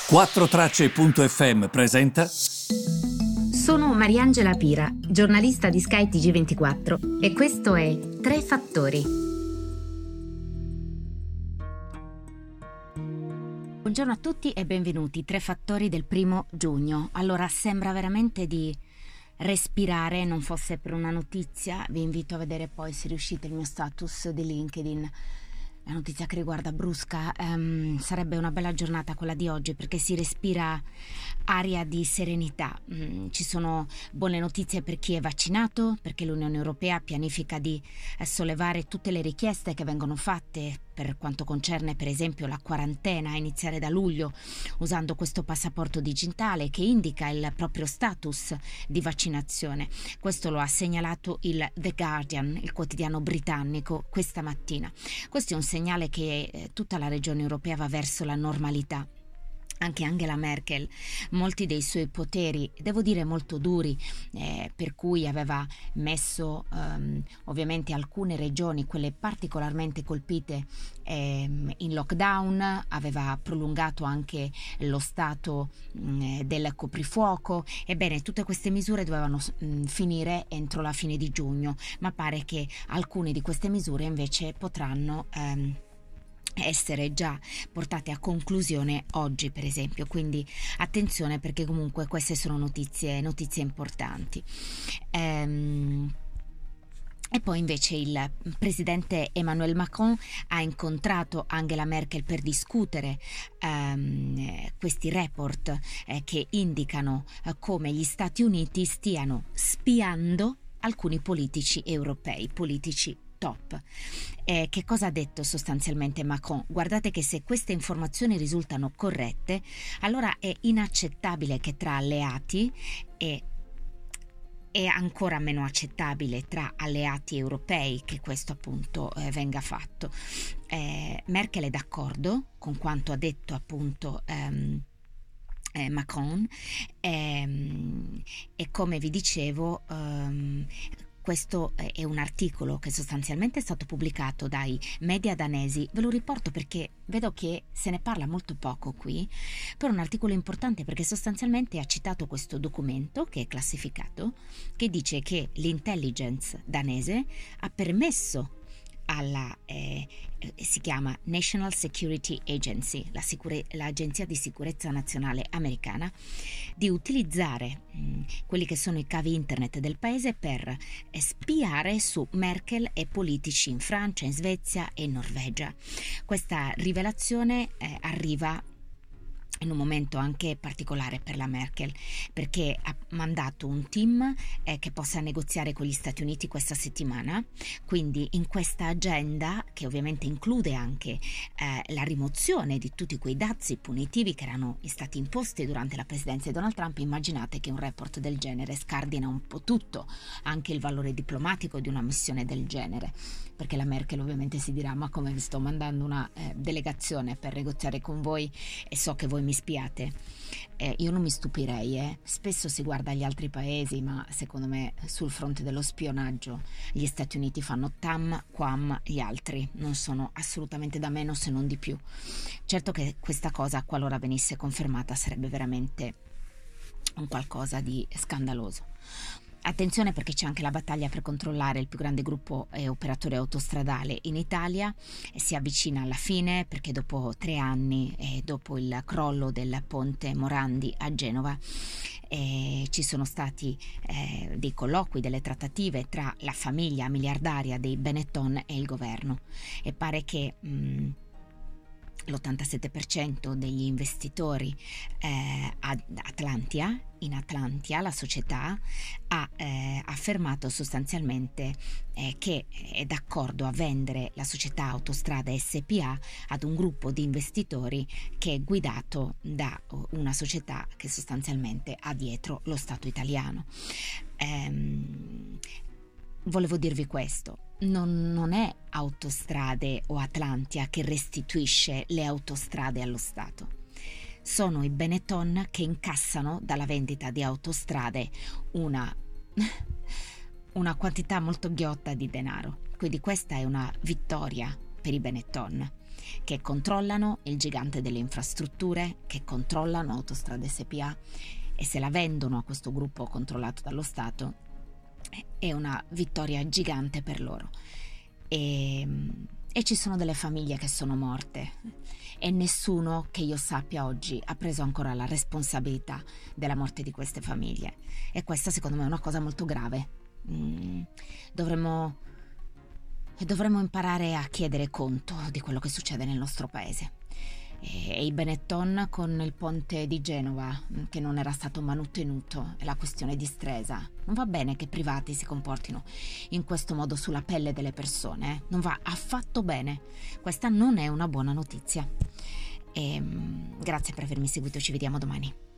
4Tracce.fm presenta. Sono Mariangela Pira, giornalista di Sky TG24 e questo è Tre Fattori. Buongiorno a tutti e benvenuti. Tre Fattori del 1 giugno. Allora, sembra veramente di respirare, non fosse per una notizia. Vi invito a vedere poi, se riuscite, il mio status di LinkedIn. La notizia che riguarda Brusca. Sarebbe una bella giornata quella di oggi, perché si respira aria di serenità. Ci sono buone notizie per chi è vaccinato, perché l'Unione Europea pianifica di sollevare tutte le richieste che vengono fatte per quanto concerne per esempio la quarantena, a iniziare da luglio, usando questo passaporto digitale che indica il proprio status di vaccinazione. Questo lo ha segnalato il The Guardian, il quotidiano britannico, questa mattina. Questo è un segnale che tutta la regione europea va verso la normalità. Anche Angela Merkel, molti dei suoi poteri, devo dire molto duri, per cui aveva messo ovviamente alcune regioni, quelle particolarmente colpite, in lockdown, aveva prolungato anche lo stato del coprifuoco. Ebbene, tutte queste misure dovevano finire entro la fine di giugno, ma pare che alcune di queste misure invece potranno essere già portate a conclusione oggi, per esempio. Quindi attenzione, perché comunque queste sono notizie importanti. E poi invece il presidente Emmanuel Macron ha incontrato Angela Merkel per discutere questi report che indicano come gli Stati Uniti stiano spiando alcuni politici europei, politici top. Che cosa ha detto sostanzialmente Macron? Guardate che se queste informazioni risultano corrette, allora è inaccettabile che tra alleati e è ancora meno accettabile tra alleati europei che questo appunto venga fatto. Merkel è d'accordo con quanto ha detto appunto Macron, e come vi dicevo, questo è un articolo che sostanzialmente è stato pubblicato dai media danesi. Ve lo riporto perché vedo che se ne parla molto poco qui, però è un articolo importante perché sostanzialmente ha citato questo documento che è classificato, che dice che l'intelligence danese ha permesso alla si chiama National Security Agency, l'agenzia di sicurezza nazionale americana, di utilizzare quelli che sono i cavi internet del paese per spiare su Merkel e politici in Francia, in Svezia e in Norvegia. Questa rivelazione arriva in un momento anche particolare per la Merkel, perché ha mandato un team che possa negoziare con gli Stati Uniti questa settimana. Quindi in questa agenda, che ovviamente include anche la rimozione di tutti quei dazi punitivi che erano stati imposti durante la presidenza di Donald Trump, immaginate che un report del genere scardina un po' tutto, anche il valore diplomatico di una missione del genere, perché la Merkel ovviamente si dirà: ma come, vi sto mandando una delegazione per negoziare con voi e so che voi mi spiate. Io non mi stupirei, spesso si guarda agli altri paesi, ma secondo me sul fronte dello spionaggio gli Stati Uniti fanno tam quam gli altri, non sono assolutamente da meno, se non di più. Certo che questa cosa, qualora venisse confermata, sarebbe veramente un qualcosa di scandaloso. Attenzione, perché c'è anche la battaglia per controllare il più grande gruppo operatore autostradale in Italia, e si avvicina alla fine, perché dopo 3 anni e dopo il crollo del ponte Morandi a Genova ci sono stati dei colloqui, delle trattative tra la famiglia miliardaria dei Benetton e il governo, e pare che l'87% degli investitori in Atlantia, la società, ha affermato sostanzialmente che è d'accordo a vendere la società Autostrade SPA ad un gruppo di investitori che è guidato da una società che sostanzialmente ha dietro lo Stato italiano. Volevo dirvi questo: non è Autostrade o Atlantia che restituisce le autostrade allo Stato. Sono i Benetton che incassano dalla vendita di Autostrade una quantità molto ghiotta di denaro. Quindi questa è una vittoria per i Benetton. che controllano il gigante delle infrastrutture, che controllano Autostrade SpA, e se la vendono a questo gruppo controllato dallo Stato è una vittoria gigante per loro. E ci sono delle famiglie che sono morte e nessuno che io sappia oggi ha preso ancora la responsabilità della morte di queste famiglie, e questa secondo me è una cosa molto grave. Dovremmo imparare a chiedere conto di quello che succede nel nostro paese. E i Benetton con il ponte di Genova che non era stato manutenuto, e la questione di Stresa. Non va bene che privati si comportino in questo modo sulla pelle delle persone, non va affatto bene. Questa non è una buona notizia. Grazie per avermi seguito, ci vediamo domani.